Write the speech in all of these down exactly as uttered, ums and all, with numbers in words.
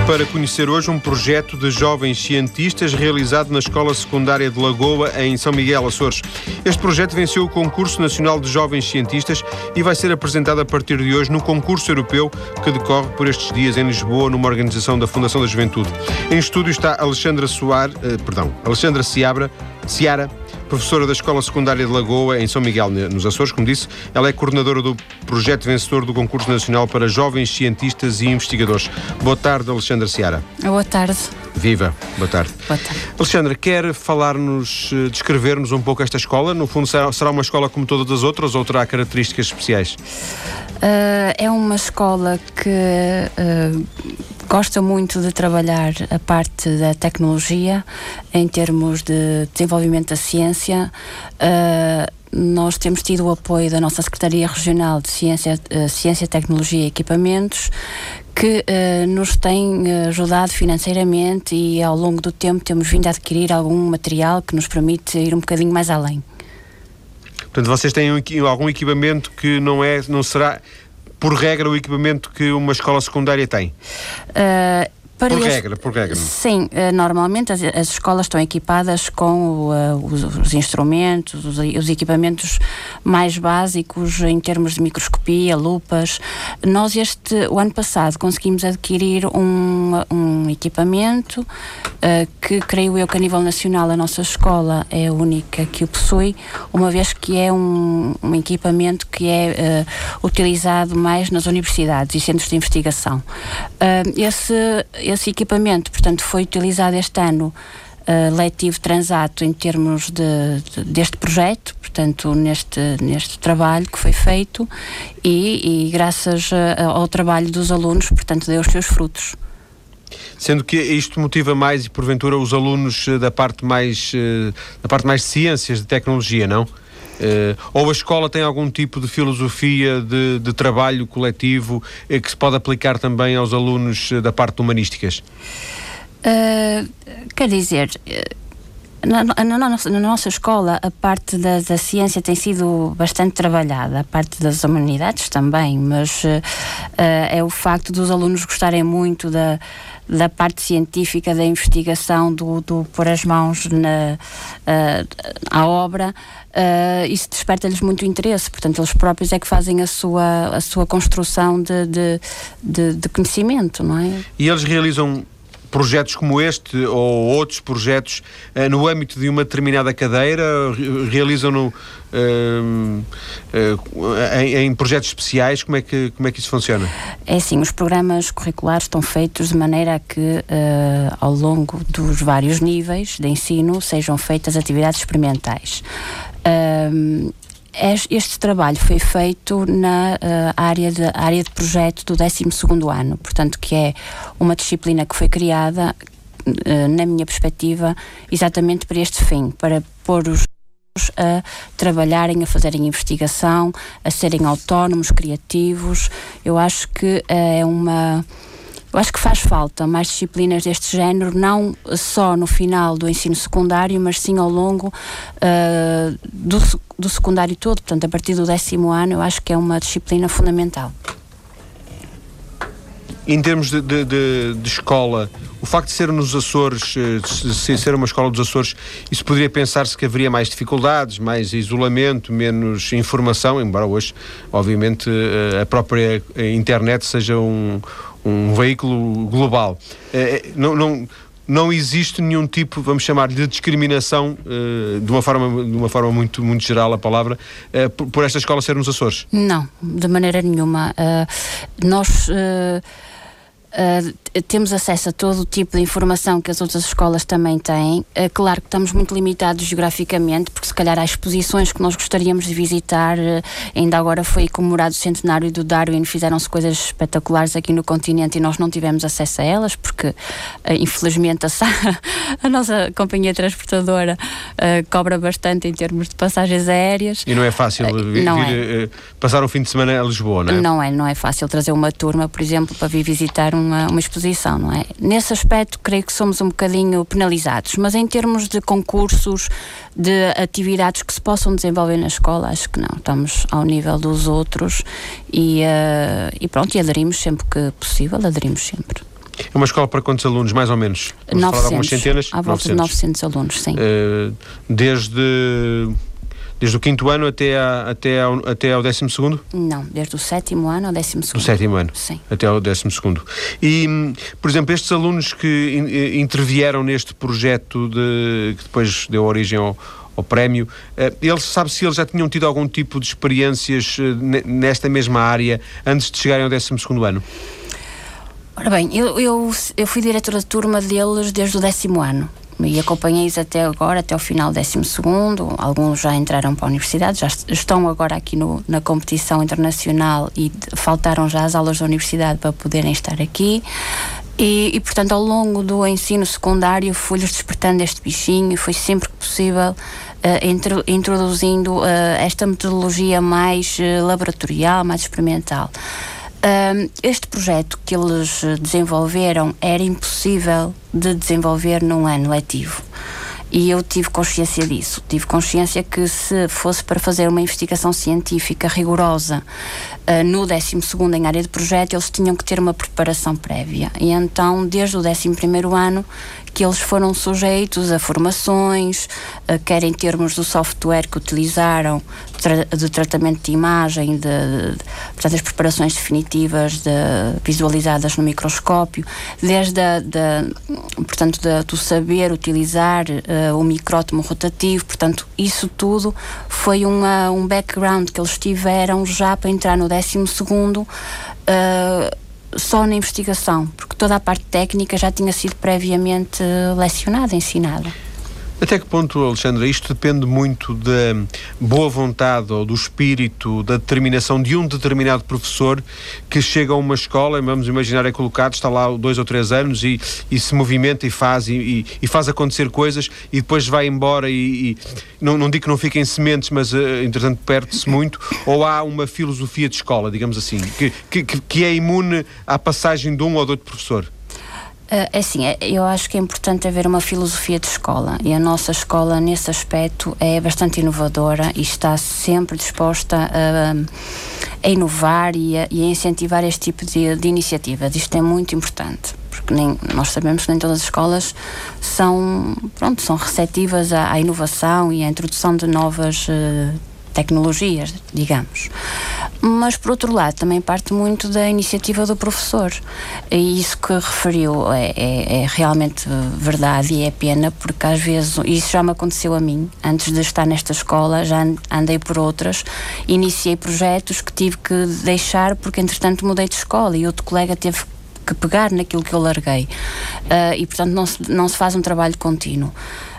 para conhecer hoje um projeto de jovens cientistas realizado na Escola Secundária de Lagoa, em São Miguel, Açores. Este projeto venceu o Concurso Nacional de Jovens Cientistas e vai ser apresentado a partir de hoje no concurso europeu que decorre por estes dias em Lisboa, numa organização da Fundação da Juventude. Em estúdio está Alexandra Soar, eh, perdão, Alexandra Seabra, Seara, professora da Escola Secundária de Lagoa, em São Miguel, nos Açores, como disse. Ela é coordenadora do projeto vencedor do Concurso Nacional para Jovens Cientistas e Investigadores. Boa tarde, Alexandra Seara. Boa tarde. Viva, boa tarde. Boa tarde. Alexandra, quer falar-nos, descrever-nos um pouco esta escola? No fundo, será uma escola como todas as outras ou terá características especiais? Uh, é uma escola que uh, gosta muito de trabalhar a parte da tecnologia em termos de desenvolvimento da ciência. Uh, nós temos tido o apoio da nossa Secretaria Regional de Ciência, uh, Ciência, Tecnologia e Equipamentos, que uh, nos tem ajudado financeiramente, e ao longo do tempo temos vindo a adquirir algum material que nos permite ir um bocadinho mais além. Portanto, vocês têm algum equipamento que não é, não será, por regra, o equipamento que uma escola secundária tem? Uh, Para por este, regra, por regra. Sim, uh, normalmente as, as escolas estão equipadas com uh, os, os instrumentos, os, os equipamentos mais básicos em termos de microscopia, lupas. Nós este, o ano passado conseguimos adquirir um, um equipamento uh, que creio eu que a nível nacional a nossa escola é a única que o possui, uma vez que é um, um equipamento que é uh, utilizado mais nas universidades e centros de investigação. Uh, esse Esse equipamento, portanto, foi utilizado este ano uh, letivo transato em termos de, de, deste projeto, portanto, neste, neste trabalho que foi feito e, e graças a, ao trabalho dos alunos, portanto, deu os seus frutos. Sendo que isto motiva mais, e porventura, os alunos da parte mais, da parte mais de ciências, de tecnologia, não? Uh, ou a escola tem algum tipo de filosofia de, de trabalho coletivo eh, que se pode aplicar também aos alunos uh, da parte de humanísticas? Uh, quer dizer, na, na, na, nossa, na nossa escola a parte da, da ciência tem sido bastante trabalhada, a parte das humanidades também, mas uh, uh, é o facto dos alunos gostarem muito da da parte científica, da investigação, do, do pôr as mãos na, uh, à obra, uh, isso desperta-lhes muito interesse, portanto eles próprios é que fazem a sua, a sua construção de, de, de, de conhecimento, não é? E eles realizam projetos como este ou outros projetos uh, no âmbito de uma determinada cadeira, realizam-no uh, uh, em, em projetos especiais? Como é que, como é que isso funciona? É assim, os programas curriculares estão feitos de maneira a que uh, ao longo dos vários níveis de ensino sejam feitas atividades experimentais. Uh, Este trabalho foi feito na uh, área, de, área de projeto do décimo segundo ano, portanto, que é uma disciplina que foi criada, uh, na minha perspectiva, exatamente para este fim, para pôr os alunos a trabalharem, a fazerem investigação, a serem autónomos, criativos. Eu acho que uh, é uma... Eu acho que faz falta mais disciplinas deste género, não só no final do ensino secundário, mas sim ao longo uh, do, do secundário todo, portanto, a partir do décimo ano, eu acho que é uma disciplina fundamental. Em termos de, de, de, de escola, o facto de ser nos Açores, de ser uma escola dos Açores, isso poderia pensar-se que haveria mais dificuldades, mais isolamento, menos informação, embora hoje, obviamente, a própria internet seja um, um veículo global. Não, não, não existe nenhum tipo, vamos chamar-lhe, de discriminação, de uma forma, de uma forma muito, muito geral a palavra, por esta escola ser nos Açores? Não, de maneira nenhuma. Uh, nós... Uh... Uh, temos acesso a todo o tipo de informação que as outras escolas também têm. Uh, claro que estamos muito limitados geograficamente, porque se calhar há exposições que nós gostaríamos de visitar. Uh, ainda agora foi comemorado o centenário do Darwin, fizeram-se coisas espetaculares aqui no continente e nós não tivemos acesso a elas, porque uh, infelizmente a, a nossa companhia transportadora uh, cobra bastante em termos de passagens aéreas. E não é fácil uh, vir, não vir é. Uh, passar um fim de semana a Lisboa, não é? Não é, não é fácil trazer uma turma, por exemplo, para vir visitar uma, uma exposição, não é? Nesse aspecto, creio que somos um bocadinho penalizados, mas em termos de concursos, de atividades que se possam desenvolver na escola, acho que não, estamos ao nível dos outros e, uh, e pronto, e aderimos sempre que possível, aderimos sempre. É uma escola para quantos alunos, mais ou menos? Vamos novecentos, falar de algumas centenas? à volta de novecentos alunos, sim. Uh, desde... Desde o quinto ano até, a, até, ao, até ao décimo segundo? Não, desde o sétimo ano ao décimo segundo. Do sétimo ano? Sim. Até ao décimo segundo. E, por exemplo, estes alunos que in, intervieram neste projeto de, que depois deu origem ao, ao prémio, uh, eles, sabe se eles já tinham tido algum tipo de experiências uh, nesta mesma área antes de chegarem ao décimo segundo ano? Ora bem, eu, eu, eu fui diretora de turma deles desde o décimo ano. E acompanhei-os até agora, até ao final do décimo segundo. Alguns já entraram para a universidade, já estão agora aqui no, na competição internacional e faltaram já as aulas da universidade para poderem estar aqui. E, e portanto, ao longo do ensino secundário fui-lhes despertando este bichinho e foi sempre que possível uh, intro, introduzindo uh, esta metodologia mais uh, laboratorial, mais experimental. Um, este projeto que eles desenvolveram era impossível de desenvolver num ano letivo e eu tive consciência disso, tive consciência que se fosse para fazer uma investigação científica rigorosa uh, no décimo segundo em área de projeto, eles tinham que ter uma preparação prévia e então desde o décimo primeiro ano que eles foram sujeitos a formações, uh, quer em termos do software que utilizaram, tra de tratamento de imagem, de, de, portanto, as preparações definitivas de, visualizadas no microscópio, desde a, de, portanto, de, do saber utilizar uh, o micrótomo rotativo, portanto, isso tudo foi uma, um background que eles tiveram já para entrar no décimo segundo uh, só na investigação, porque toda a parte técnica já tinha sido previamente lecionada, ensinada. Até que ponto, Alexandra, isto depende muito da boa vontade ou do espírito, da determinação de um determinado professor que chega a uma escola, vamos imaginar, é colocado, está lá dois ou três anos e, e se movimenta e faz, e, e faz acontecer coisas e depois vai embora e, e não, não digo que não fiquem sementes, mas entretanto perde-se muito, ou há uma filosofia de escola, digamos assim, que, que, que é imune à passagem de um ou de outro professor? É assim, eu acho que é importante haver uma filosofia de escola e a nossa escola nesse aspecto é bastante inovadora e está sempre disposta a, a inovar e a, e a incentivar este tipo de, de iniciativas. Isto é muito importante, porque nem, nós sabemos que nem todas as escolas são, pronto, são receptivas à, à inovação e à introdução de novas uh, tecnologias, digamos. Mas, por outro lado, também parte muito da iniciativa do professor. E isso que referiu é, é, é realmente verdade e é pena, porque às vezes, isso já me aconteceu a mim, antes de estar nesta escola, já andei por outras, iniciei projetos que tive que deixar porque, entretanto, mudei de escola e outro colega teve que pegar naquilo que eu larguei. Uh, e, portanto, não se, não se faz um trabalho contínuo.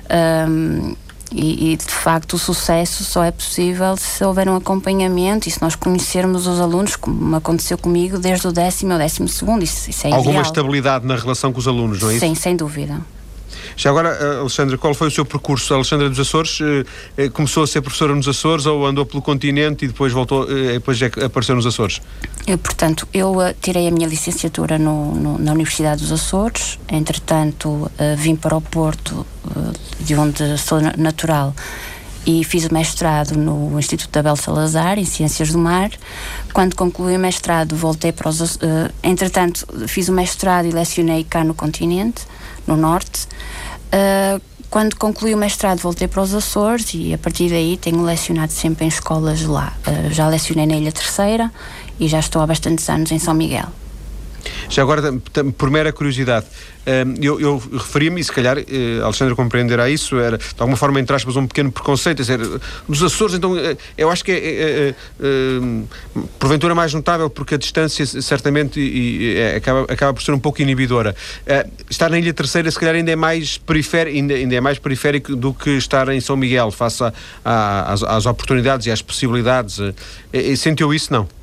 Um, E, e de facto o sucesso só é possível se houver um acompanhamento e se nós conhecermos os alunos, como aconteceu comigo, desde o décimo ao décimo segundo. Isso, isso é Alguma ideal. estabilidade na relação com os alunos, não é isso? Sim, sem dúvida. Já agora, Alexandra, qual foi o seu percurso? A Alexandra dos Açores eh, começou a ser professora nos Açores ou andou pelo continente e depois voltou, eh, depois é que apareceu nos Açores? Eu, portanto, eu uh, tirei a minha licenciatura no, no, na Universidade dos Açores, entretanto uh, vim para o Porto, uh, de onde sou natural, e fiz o mestrado no Instituto Abel Salazar, em Ciências do Mar. Quando concluí o mestrado, voltei para os... Uh, entretanto, fiz o mestrado e lecionei cá no continente, no Norte. Uh, quando concluí o mestrado, voltei para os Açores e, a partir daí, tenho lecionado sempre em escolas lá. Uh, já lecionei na Ilha Terceira e já estou há bastantes anos em São Miguel. Já agora, por mera curiosidade, eu, eu referia-me, e se calhar a Alexandra compreenderá isso, era de alguma forma, entre aspas, um pequeno preconceito, dizer, nos Açores, então, eu acho que é, é, é, é porventura mais notável, porque a distância, certamente, e, é, acaba, acaba por ser um pouco inibidora. Estar na Ilha Terceira, se calhar, ainda é mais periférico, ainda, ainda é mais periférico do que estar em São Miguel, face a, a, às, às oportunidades e às possibilidades. Sentiu isso, não?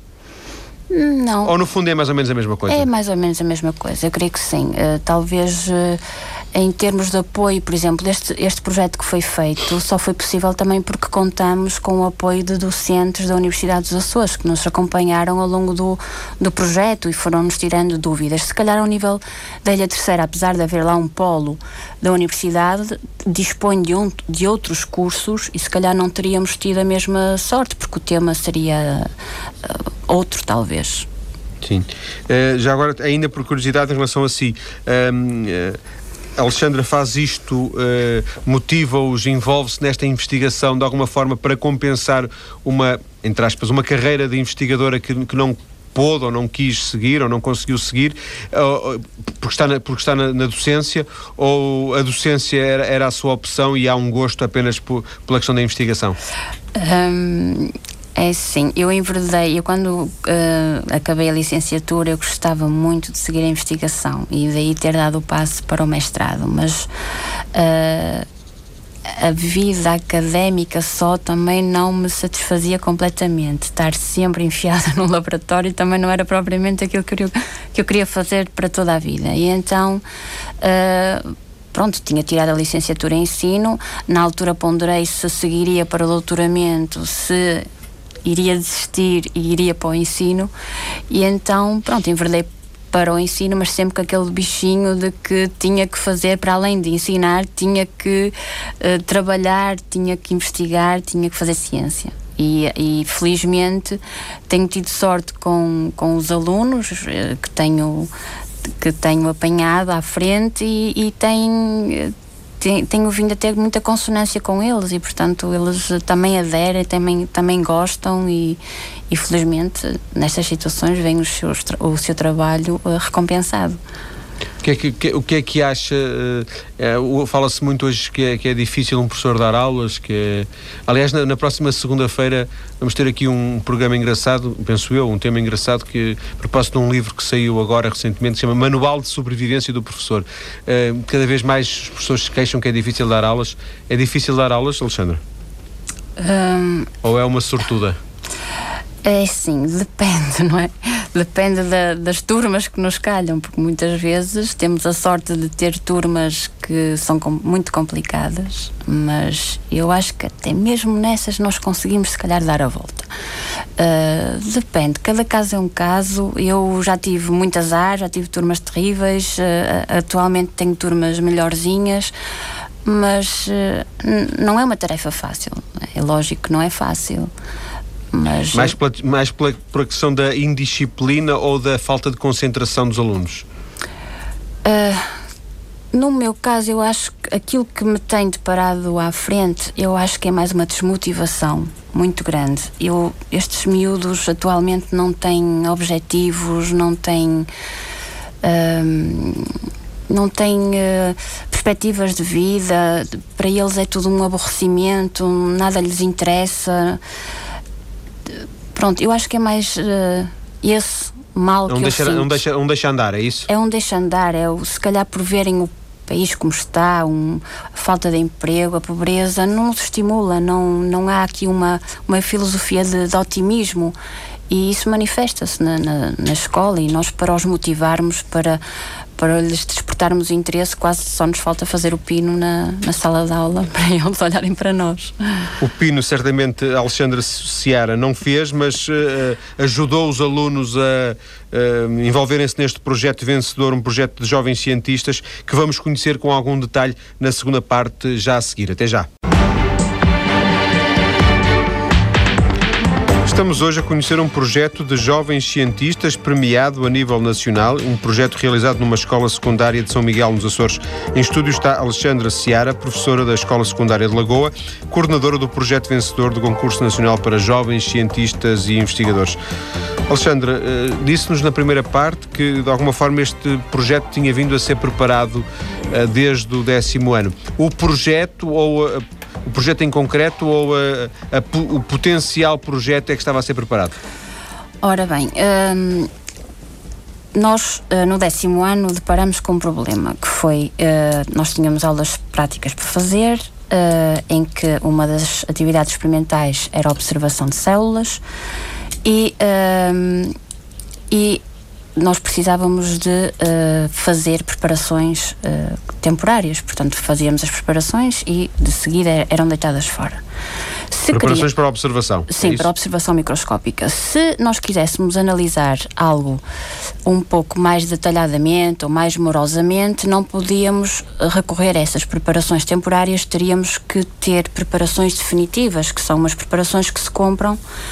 Não. Ou no fundo é mais ou menos a mesma coisa? É mais ou menos a mesma coisa, eu creio que sim. Uh, talvez uh, em termos de apoio, por exemplo, este, este projeto que foi feito só foi possível também porque contamos com o apoio de docentes da Universidade dos Açores que nos acompanharam ao longo do, do projeto e foram-nos tirando dúvidas. Se calhar ao nível da Ilha Terceira, apesar de haver lá um polo da universidade, dispõe de, um, de outros cursos e se calhar não teríamos tido a mesma sorte porque o tema seria uh, outro, talvez. Sim. Uh, já agora, ainda por curiosidade em relação a si, um, uh, a Alexandra faz isto, uh, motiva-os, envolve-se nesta investigação de alguma forma para compensar uma, entre aspas, uma carreira de investigadora que, que não pôde ou não quis seguir ou não conseguiu seguir uh, porque está, na, porque está na, na docência, ou a docência era, era a sua opção e há um gosto apenas por, pela questão da investigação? Um... É sim, eu enverdei, eu quando uh, acabei a licenciatura eu gostava muito de seguir a investigação e daí ter dado o passo para o mestrado, mas uh, a vida académica só também não me satisfazia completamente. Estar sempre enfiada num laboratório também não era propriamente aquilo que eu, que eu queria fazer para toda a vida, e então uh, pronto, tinha tirado a licenciatura em ensino, na altura ponderei se seguiria para o doutoramento, se iria desistir e iria para o ensino, e então pronto, enverdei para o ensino, mas sempre com aquele bichinho de que tinha que fazer, para além de ensinar, tinha que uh, trabalhar, tinha que investigar, tinha que fazer ciência. E, e felizmente tenho tido sorte com, com os alunos uh, que tenho, que tenho apanhado à frente, e, e tenho tenho vindo a ter muita consonância com eles, e portanto eles também aderem, também, também gostam, e, e felizmente nestas situações vem os seus, o seu trabalho uh, recompensado. O que é que, que, o que, é que acha? Uh, uh, Fala-se muito hoje que é, que é difícil um professor dar aulas, que é... Aliás, na, na próxima segunda-feira vamos ter aqui um programa engraçado, penso eu, um tema engraçado, que a propósito de um livro que saiu agora recentemente, que se chama Manual de Sobrevivência do Professor. Uh, cada vez mais os professores se queixam que é difícil dar aulas. É difícil dar aulas, Alexandra? Um... Ou é uma sortuda? É sim, depende, não é? Depende da, das turmas que nos calham, porque muitas vezes temos a sorte de ter turmas que são com, muito complicadas, mas eu acho que até mesmo nessas nós conseguimos se calhar dar a volta. Uh, depende, cada caso é um caso. Eu já tive muito azar, já tive turmas terríveis, uh, atualmente tenho turmas melhorzinhas, mas uh, não é uma tarefa fácil, é lógico que não é fácil. Mas, mais pela, mais pela, pela questão da indisciplina ou da falta de concentração dos alunos? Uh, no meu caso, eu acho que aquilo que me tem deparado à frente, eu acho que é mais uma desmotivação muito grande. Eu, estes miúdos atualmente não têm objetivos, não têm uh, não têm uh, perspectivas de vida, para eles é tudo um aborrecimento, nada lhes interessa. Pronto, eu acho que é mais uh, esse mal que um eu deixa, sinto. Um deixa, um deixa andar, é isso? É um deixa andar, é o, se calhar por verem o país como está, um, a falta de emprego, a pobreza, não nos estimula, não, não há aqui uma, uma filosofia de, de otimismo, e isso manifesta-se na, na, na escola, e nós, para os motivarmos, para, para lhes despertarmos o interesse, quase só nos falta fazer o pino na, na sala de aula para eles olharem para nós. O pino certamente a Alexandra Seara não fez, mas uh, ajudou os alunos a uh, envolverem-se neste projeto vencedor, um projeto de jovens cientistas que vamos conhecer com algum detalhe na segunda parte, já a seguir. Até já. Estamos hoje a conhecer um projeto de jovens cientistas premiado a nível nacional, um projeto realizado numa escola secundária de São Miguel, nos Açores. Em estúdio está Alexandra Seara, professora da Escola Secundária de Lagoa, coordenadora do projeto vencedor do Concurso Nacional para Jovens Cientistas e Investigadores. Alexandra, uh, disse-nos na primeira parte que, de alguma forma, este projeto tinha vindo a ser preparado uh, desde o décimo ano. O projeto ou a O projeto em concreto ou a, a, o potencial projeto é que estava a ser preparado? Ora bem, hum, nós uh, no décimo ano deparamos com um problema, que foi, uh, nós tínhamos aulas práticas por fazer, uh, em que uma das atividades experimentais era a observação de células, e, uh, e nós precisávamos de uh, fazer preparações uh, temporárias, portanto fazíamos as preparações e de seguida eram deitadas fora. Se preparações queria... para a observação? Sim, é para a observação microscópica. Se nós quiséssemos analisar algo um pouco mais detalhadamente ou mais morosamente, não podíamos recorrer a essas preparações temporárias, teríamos que ter preparações definitivas, que são umas preparações que se compram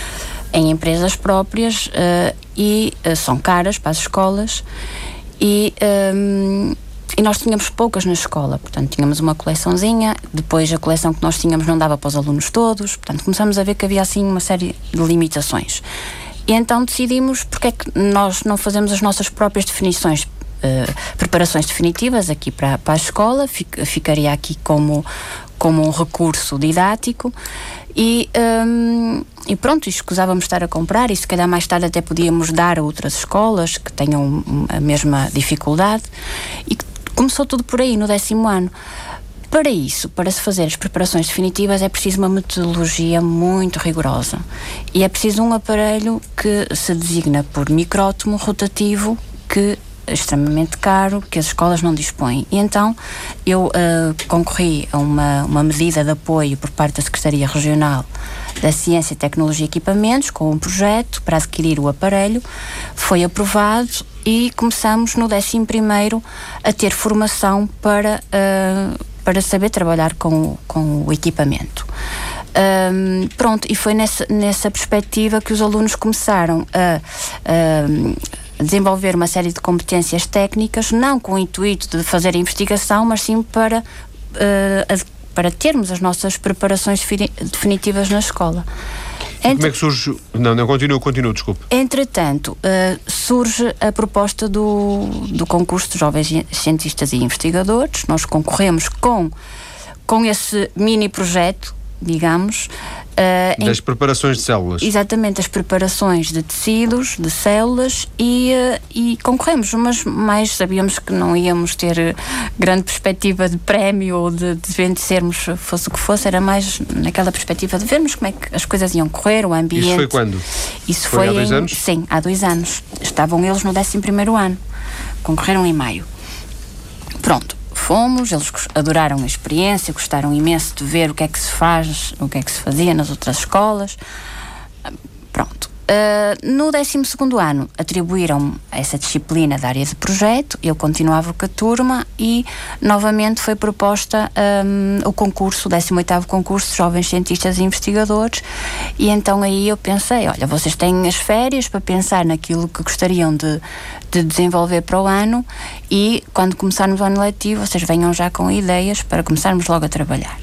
em empresas próprias uh, e uh, são caras para as escolas e, um, e nós tínhamos poucas na escola, portanto tínhamos uma coleçãozinha, depois a coleção que nós tínhamos não dava para os alunos todos, portanto começamos a ver que havia assim uma série de limitações. E então decidimos porque é que nós não fazemos as nossas próprias definições, uh, preparações definitivas aqui para, para a escola, fic, ficaria aqui como, como um recurso didático e, um, e pronto, escusávamos estar a comprar e se calhar mais tarde até podíamos dar a outras escolas que tenham a mesma dificuldade e começou tudo por aí, no décimo ano. Para isso, para se fazer as preparações definitivas é preciso uma metodologia muito rigorosa e é preciso um aparelho que se designa por micrótomo rotativo, que é extremamente caro, que as escolas não dispõem. E então eu uh, concorri a uma, uma medida de apoio por parte da Secretaria Regional da Ciência, Tecnologia e Equipamentos, com um projeto para adquirir o aparelho, foi aprovado e começamos no décimo primeiro a ter formação para... Uh, para saber trabalhar com, com o equipamento. Um, pronto, e foi nessa, nessa perspectiva que os alunos começaram a, a desenvolver uma série de competências técnicas, não com o intuito de fazer a investigação, mas sim para, uh, para termos as nossas preparações definitivas na escola. Entre... Como é que surge... Não, não, continuo, continuo, desculpe. Entretanto, uh, surge a proposta do, do concurso de jovens cientistas e investigadores. Nós concorremos com, com esse mini projeto, digamos. Uh, das em, preparações de células. Exatamente, as preparações de tecidos, de células e, uh, e concorremos, mas mais sabíamos que não íamos ter grande perspectiva de prémio ou de, de vencermos, fosse o que fosse, era mais naquela perspectiva de vermos como é que as coisas iam correr, o ambiente. Isso foi quando? Isso foi, foi há dois em, anos? Sim, há dois anos. Estavam eles no décimo primeiro ano. Concorreram em maio. Pronto. Fomos, eles adoraram a experiência, gostaram imenso de ver o que é que se faz, o que é que se fazia nas outras escolas. Pronto. Uh, no décimo segundo ano atribuíram essa disciplina da área de projeto, eu continuava com a turma e novamente foi proposta um, o concurso, o décimo oitavo concurso de jovens cientistas e investigadores e então aí eu pensei, olha, vocês têm as férias para pensar naquilo que gostariam de, de desenvolver para o ano e quando começarmos o ano letivo vocês venham já com ideias para começarmos logo a trabalhar.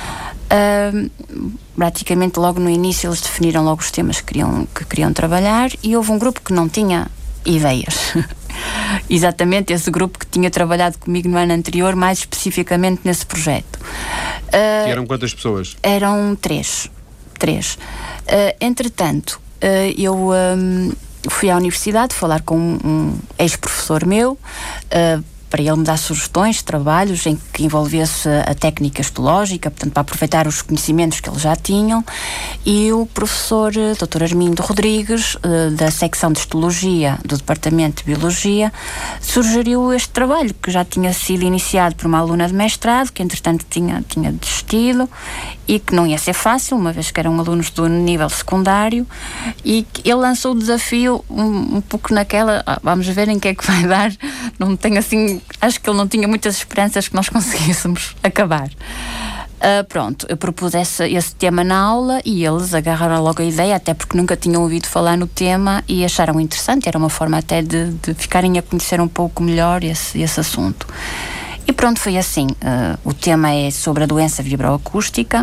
Uh, praticamente logo no início eles definiram logo os temas que queriam, que queriam trabalhar e houve um grupo que não tinha ideias. Exatamente esse grupo que tinha trabalhado comigo no ano anterior, mais especificamente nesse projeto. Uh, que eram quantas pessoas? Eram três. Três. Uh, entretanto, uh, eu um, fui à universidade falar com um, um ex-professor meu, uh, para ele me dar sugestões, trabalhos em que envolvesse a técnica histológica, portanto para aproveitar os conhecimentos que eles já tinham, e o professor doutor Armindo Rodrigues, da secção de histologia do Departamento de Biologia, sugeriu este trabalho, que já tinha sido iniciado por uma aluna de mestrado, que entretanto tinha, tinha desistido, e que não ia ser fácil, uma vez que eram alunos do nível secundário, e que ele lançou o desafio um, um pouco naquela, ah, vamos ver em que é que vai dar, não tenho assim, acho que ele não tinha muitas esperanças que nós conseguíssemos acabar. Uh, pronto, eu propus esse, esse tema na aula e eles agarraram logo a ideia, até porque nunca tinham ouvido falar no tema e acharam interessante, era uma forma até de, de ficarem a conhecer um pouco melhor esse, esse assunto. E pronto, foi assim. Uh, o tema é sobre a doença vibroacústica.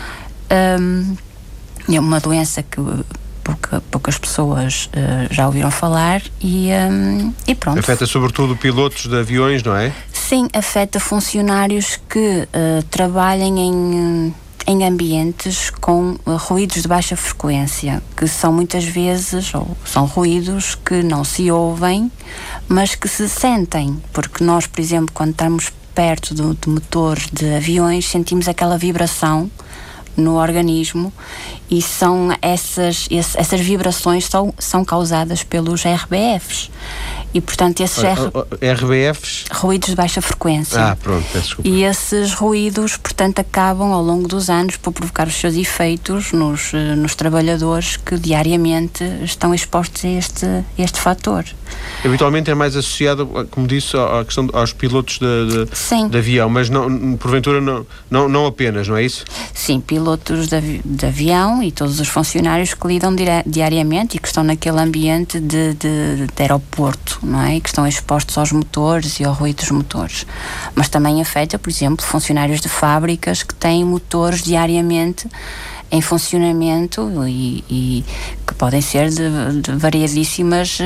Um, é uma doença que pouca, poucas pessoas uh, já ouviram falar e, um, e pronto. Afeta sobretudo pilotos de aviões, não é? Sim, afeta funcionários que uh, trabalhem em, em ambientes com uh, ruídos de baixa frequência, que são muitas vezes, ou são ruídos que não se ouvem, mas que se sentem, porque nós, por exemplo, quando estamos perto do, de motores de aviões, sentimos aquela vibração no organismo e são essas, esse, essas vibrações são, são causadas pelos R B Fs e portanto esses R... R B Fs? Ruídos de baixa frequência. Ah, pronto, peço desculpa. E esses ruídos, portanto, acabam ao longo dos anos por provocar os seus efeitos nos, nos trabalhadores que diariamente estão expostos a este, este fator. Habitualmente é mais associado, como disse, à questão aos pilotos de, de, de avião, mas não, porventura não, não, não apenas, não é isso? Sim, pilotos de, de avião e todos os funcionários que lidam diariamente e que estão naquele ambiente de, de, de aeroporto, não é? E que estão expostos aos motores e ao ruído dos motores. Mas também afeta, por exemplo, funcionários de fábricas que têm motores diariamente em funcionamento e, e que podem ser de, de variadíssimas uh,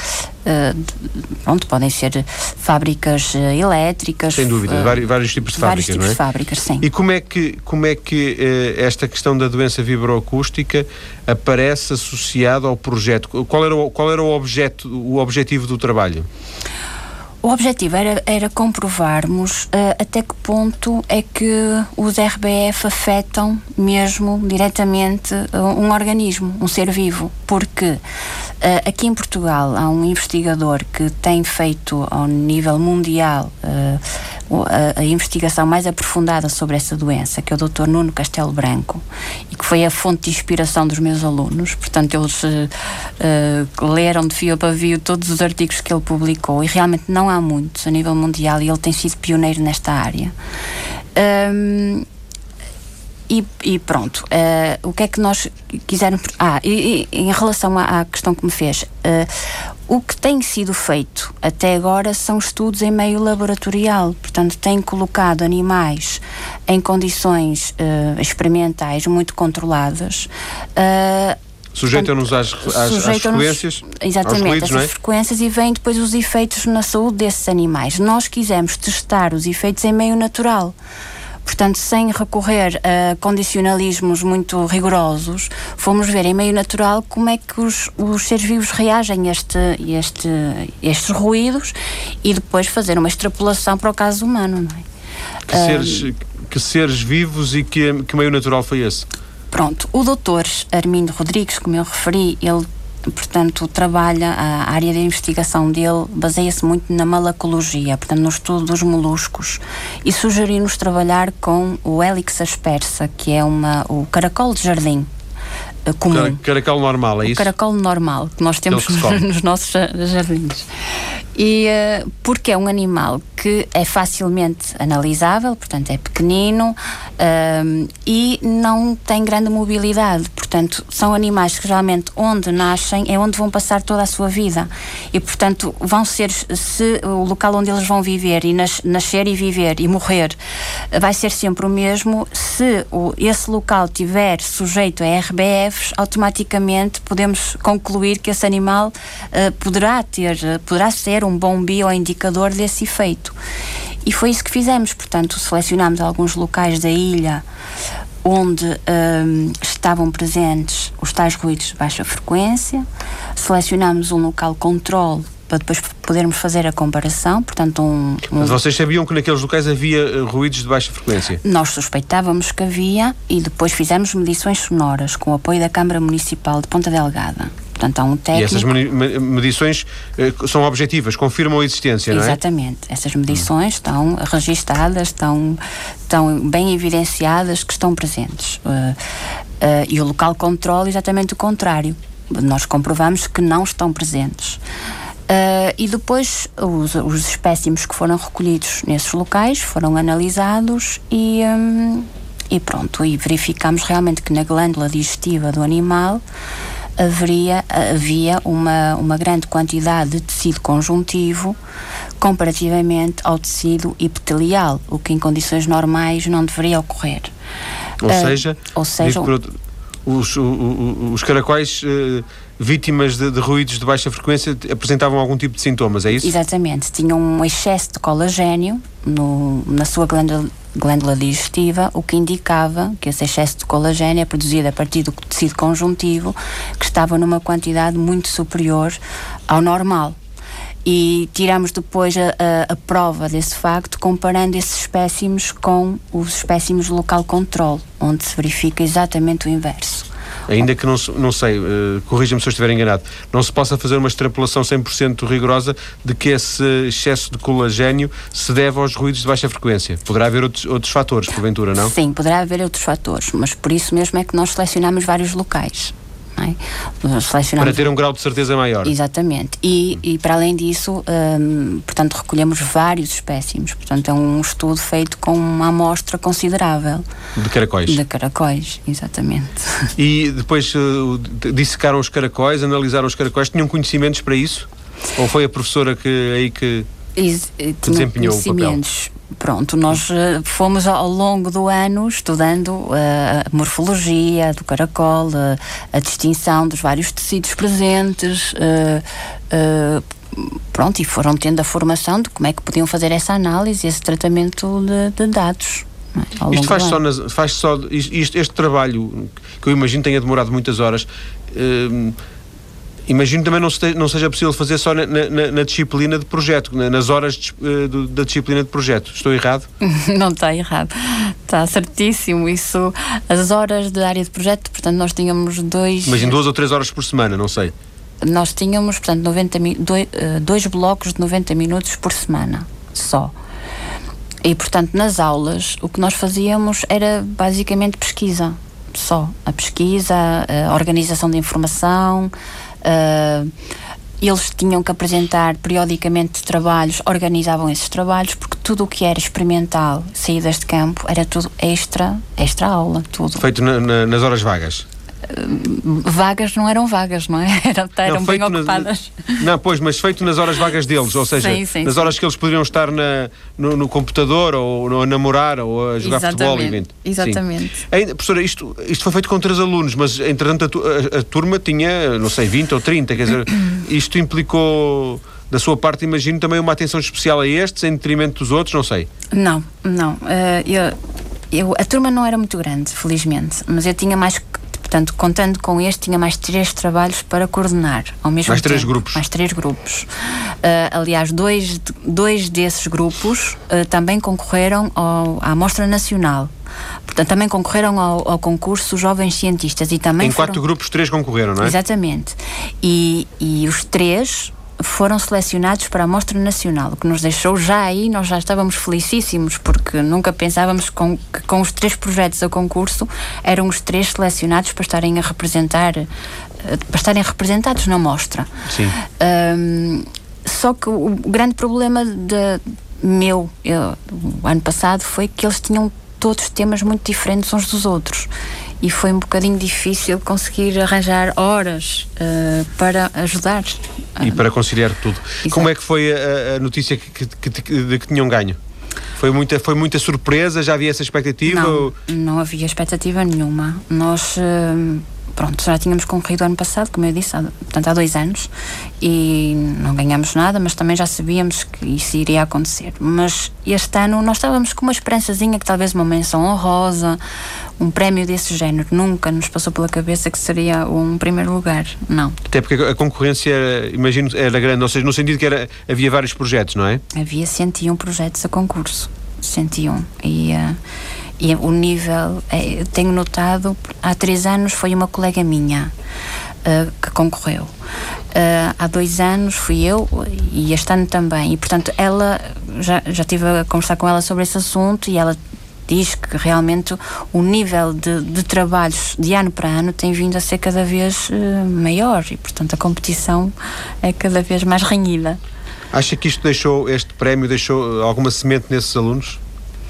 uh, pronto, podem ser fábricas uh, elétricas. Sem dúvida, uh, vários, vários tipos de vários fábricas, tipos não é? de fábricas, sim. E como é que, como é que uh, esta questão da doença vibroacústica aparece associada ao projeto? Qual era o, qual era o, objeto, o objetivo do trabalho? O objetivo era, era comprovarmos uh, até que ponto é que os R B F afetam mesmo diretamente uh, um organismo, um ser vivo, porque uh, aqui em Portugal há um investigador que tem feito ao nível mundial uh, a, a investigação mais aprofundada sobre essa doença, que é o doutor Nuno Castelo Branco, e que foi a fonte de inspiração dos meus alunos. Portanto, eles uh, uh, leram de fio a pavio todos os artigos que ele publicou, e realmente não há muitos a nível mundial, e ele tem sido pioneiro nesta área. Um, e, e pronto, uh, o que é que nós quisermos... Ah, e, e em relação à, à questão que me fez, uh, o que tem sido feito até agora são estudos em meio laboratorial, portanto tem colocado animais em condições uh, experimentais muito controladas. Uh, Sujeitam-nos às, às, sujeitam às frequências, exatamente, aos ruídos, essas não é? frequências, e vêm depois os efeitos na saúde desses animais. Nós quisemos testar os efeitos em meio natural. Portanto, sem recorrer a condicionalismos muito rigorosos, fomos ver em meio natural como é que os, os seres vivos reagem a este, este, estes ruídos, e depois fazer uma extrapolação para o caso humano, não é? Que, seres, um, que seres vivos e que, que meio natural foi esse? Pronto, o doutor Armindo Rodrigues, como eu referi, ele, portanto, trabalha, a área de investigação dele baseia-se muito na malacologia, portanto, no estudo dos moluscos, e sugeriu-nos trabalhar com o Helix aspersa, que é uma, o caracol de jardim uh, comum. Caracol normal, é isso? O caracol normal, que nós temos nos, nos nossos jardins. E uh, porque é um animal que é facilmente analisável, portanto é pequenino uh, e não tem grande mobilidade, portanto são animais que geralmente onde nascem é onde vão passar toda a sua vida, e portanto vão ser, se o local onde eles vão viver e nas, nascer e viver e morrer vai ser sempre o mesmo, se o, esse local estiver sujeito a R B Fs, automaticamente podemos concluir que esse animal uh, poderá ter, poderá ser um bom bioindicador desse efeito. E foi isso que fizemos, portanto selecionámos alguns locais da ilha onde um, estavam presentes os tais ruídos de baixa frequência, selecionámos um local controle para depois podermos fazer a comparação, portanto um, um... Mas vocês sabiam que naqueles locais havia uh, ruídos de baixa frequência? Nós suspeitávamos que havia, e depois fizemos medições sonoras com o apoio da Câmara Municipal de Ponta Delgada. Portanto, há um técnico... E essas medições uh, são objetivas, confirmam a existência, não é? Exatamente. Essas medições hum. estão registadas, estão, estão bem evidenciadas que estão presentes. Uh, uh, e o local controle exatamente o contrário. Nós comprovamos que não estão presentes. Uh, e depois os, os espécimes que foram recolhidos nesses locais foram analisados e, um, e pronto, e verificamos realmente que na glândula digestiva do animal haveria, havia uma, uma grande quantidade de tecido conjuntivo comparativamente ao tecido epitelial, o que em condições normais não deveria ocorrer. Ou uh, seja, ou seja outro, os, os, os caracóis uh, vítimas de, de ruídos de baixa frequência apresentavam algum tipo de sintomas, é isso? Exatamente, tinham um excesso de colagênio no, na sua glândula, glândula digestiva, o que indicava que esse excesso de colagênio é produzido a partir do tecido conjuntivo, que estava numa quantidade muito superior ao normal. E tiramos depois a, a, a prova desse facto comparando esses espécimes com os espécimes do local controle, onde se verifica exatamente o inverso. Ainda que não, não sei, uh, corrija-me se eu estiver enganado, não se possa fazer uma extrapolação cem por cento rigorosa de que esse excesso de colagênio se deve aos ruídos de baixa frequência. Poderá haver outros, outros fatores, porventura, não? Sim, poderá haver outros fatores, mas por isso mesmo é que nós selecionamos vários locais. não é? Selecionamos... Para ter um grau de certeza maior. Exatamente. E, e para além disso, hum, portanto, recolhemos vários espécimes. Portanto, é um estudo feito com uma amostra considerável. De caracóis. De caracóis, exatamente. E depois uh, dissecaram os caracóis, analisaram os caracóis, tinham conhecimentos para isso? Ou foi a professora que, aí que, Is, que desempenhou o papel? Pronto, nós uh, fomos ao longo do ano estudando uh, a morfologia do caracol, uh, a distinção dos vários tecidos presentes, uh, uh, pronto, e foram tendo a formação de como é que podiam fazer essa análise, esse tratamento de, de dados. É? Isto faz só, nas, faz só isto, este trabalho, que eu imagino tenha demorado muitas horas, uh, imagino também não, se, não seja possível fazer só na, na, na disciplina de projeto, nas horas de, uh, da disciplina de projeto. Estou errado? Não está errado. Está certíssimo. Isso, as horas da área de projeto, portanto, nós tínhamos dois... Imagino duas ou três horas por semana, não sei. Nós tínhamos, portanto, noventa, dois, dois blocos de noventa minutos por semana, só. E, portanto, nas aulas, o que nós fazíamos era basicamente pesquisa. Só. A pesquisa, a organização da informação... Uh, eles tinham que apresentar periodicamente trabalhos, organizavam esses trabalhos, porque tudo o que era experimental, saídas de campo, era tudo extra, extra aula, tudo. Feito na, na, nas horas vagas? Uh, vagas não eram vagas, não é? Eram, eram não, bem ocupadas. Na, não, pois, mas feito nas horas vagas deles, ou seja, sim, sim, nas sim. horas que eles poderiam estar na, no, no computador, ou no, a namorar, ou a jogar exatamente, futebol. Evento. Exatamente. Ainda, professora, isto, isto foi feito com três alunos, mas entretanto a, a, a turma tinha, não sei, vinte ou trinta, quer dizer, isto implicou... Da sua parte, imagino também uma atenção especial a estes, em detrimento dos outros, não sei. Não, não. Uh, eu, eu, a turma não era muito grande, felizmente, mas eu tinha mais, portanto, contando com este, tinha mais três trabalhos para coordenar ao mesmo mais tempo. três grupos. Mais três grupos. Uh, aliás, dois, dois desses grupos uh, também concorreram ao, à Mostra Nacional. Portanto, também concorreram ao, ao concurso Jovens Cientistas. E também em foram... quatro grupos, três concorreram, não é? Exatamente. E, e os três... foram selecionados para a Mostra Nacional, o que nos deixou já aí, nós já estávamos felicíssimos, porque nunca pensávamos com, que com os três projetos a concurso eram os três selecionados para estarem a representar, para estarem representados na mostra. Sim. Um, só que o grande problema de meu, eu, o ano passado, foi que eles tinham todos temas muito diferentes uns dos outros. E foi um bocadinho difícil conseguir arranjar horas uh, para ajudar. E para conciliar tudo. Exato. Como é que foi a, a notícia que, que, que, de que tinham ganho? Foi muita, foi muita surpresa? Já havia essa expectativa? Não, ou... não havia expectativa nenhuma. Nós... Uh, Pronto, já tínhamos concorrido ano passado, como eu disse, há, portanto há dois anos, e não ganhamos nada, mas também já sabíamos que isso iria acontecer. Mas este ano nós estávamos com uma esperançazinha que talvez uma menção honrosa, um prémio desse género. Nunca nos passou pela cabeça que seria um primeiro lugar, não. Até porque a concorrência, imagino, era grande, ou seja, no sentido que era, havia vários projetos, não é? Havia cento e um projetos a concurso, cento e um, e... Uh, E o nível, é, tenho notado, há três anos foi uma colega minha uh, que concorreu. Uh, há dois anos fui eu e este ano também. E, portanto, ela, já, já estive a conversar com ela sobre esse assunto e ela diz que realmente o nível de, de trabalhos de ano para ano tem vindo a ser cada vez uh, maior e, portanto, a competição é cada vez mais renhida. Acha que isto deixou, este prémio deixou alguma semente nesses alunos?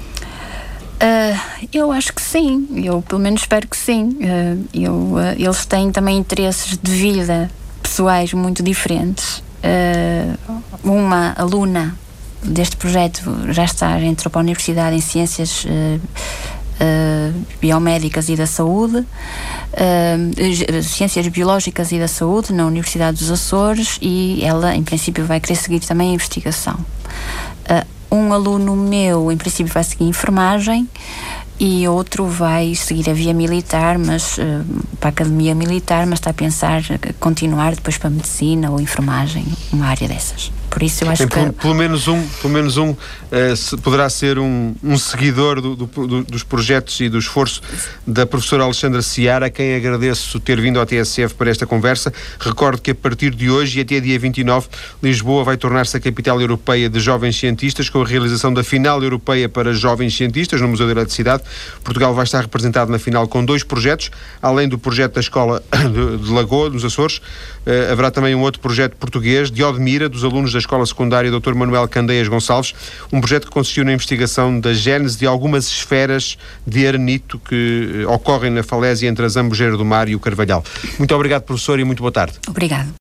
Uh, eu acho que sim, eu pelo menos espero que sim. Uh, eu, uh, eles têm também interesses de vida pessoais muito diferentes. Uh, uma aluna deste projeto já está, entrou para a Universidade em Ciências uh, uh, Biomédicas e da Saúde, uh, Ciências Biológicas e da Saúde na Universidade dos Açores, e ela em princípio vai querer seguir também a investigação. Uh, Um aluno meu, em princípio, vai seguir enfermagem e outro vai seguir a via militar, mas uh, para a academia militar, mas está a pensar continuar depois para a medicina ou enfermagem, uma área dessas. Por isso eu acho Tem, que... pelo, pelo menos um, pelo menos um uh, se, poderá ser um, um seguidor do, do, do, dos projetos e do esforço da professora Alexandra Seara, a quem agradeço ter vindo ao T S F para esta conversa. Recordo que a partir de hoje e até dia vinte e nove, Lisboa vai tornar-se a capital europeia de jovens cientistas, com a realização da final europeia para jovens cientistas no Museu da Eletricidade. Portugal vai estar representado na final com dois projetos, além do projeto da Escola de, de Lagoa, nos Açores. Uh, haverá também um outro projeto português, de Odmira, dos alunos da Escola Secundária doutor Manuel Candeias Gonçalves, um projeto que consistiu na investigação da gênese de algumas esferas de arenito que uh, ocorrem na falésia entre a Zambujeira do Mar e o Carvalhal. Muito obrigado, professor, e muito boa tarde. Obrigado.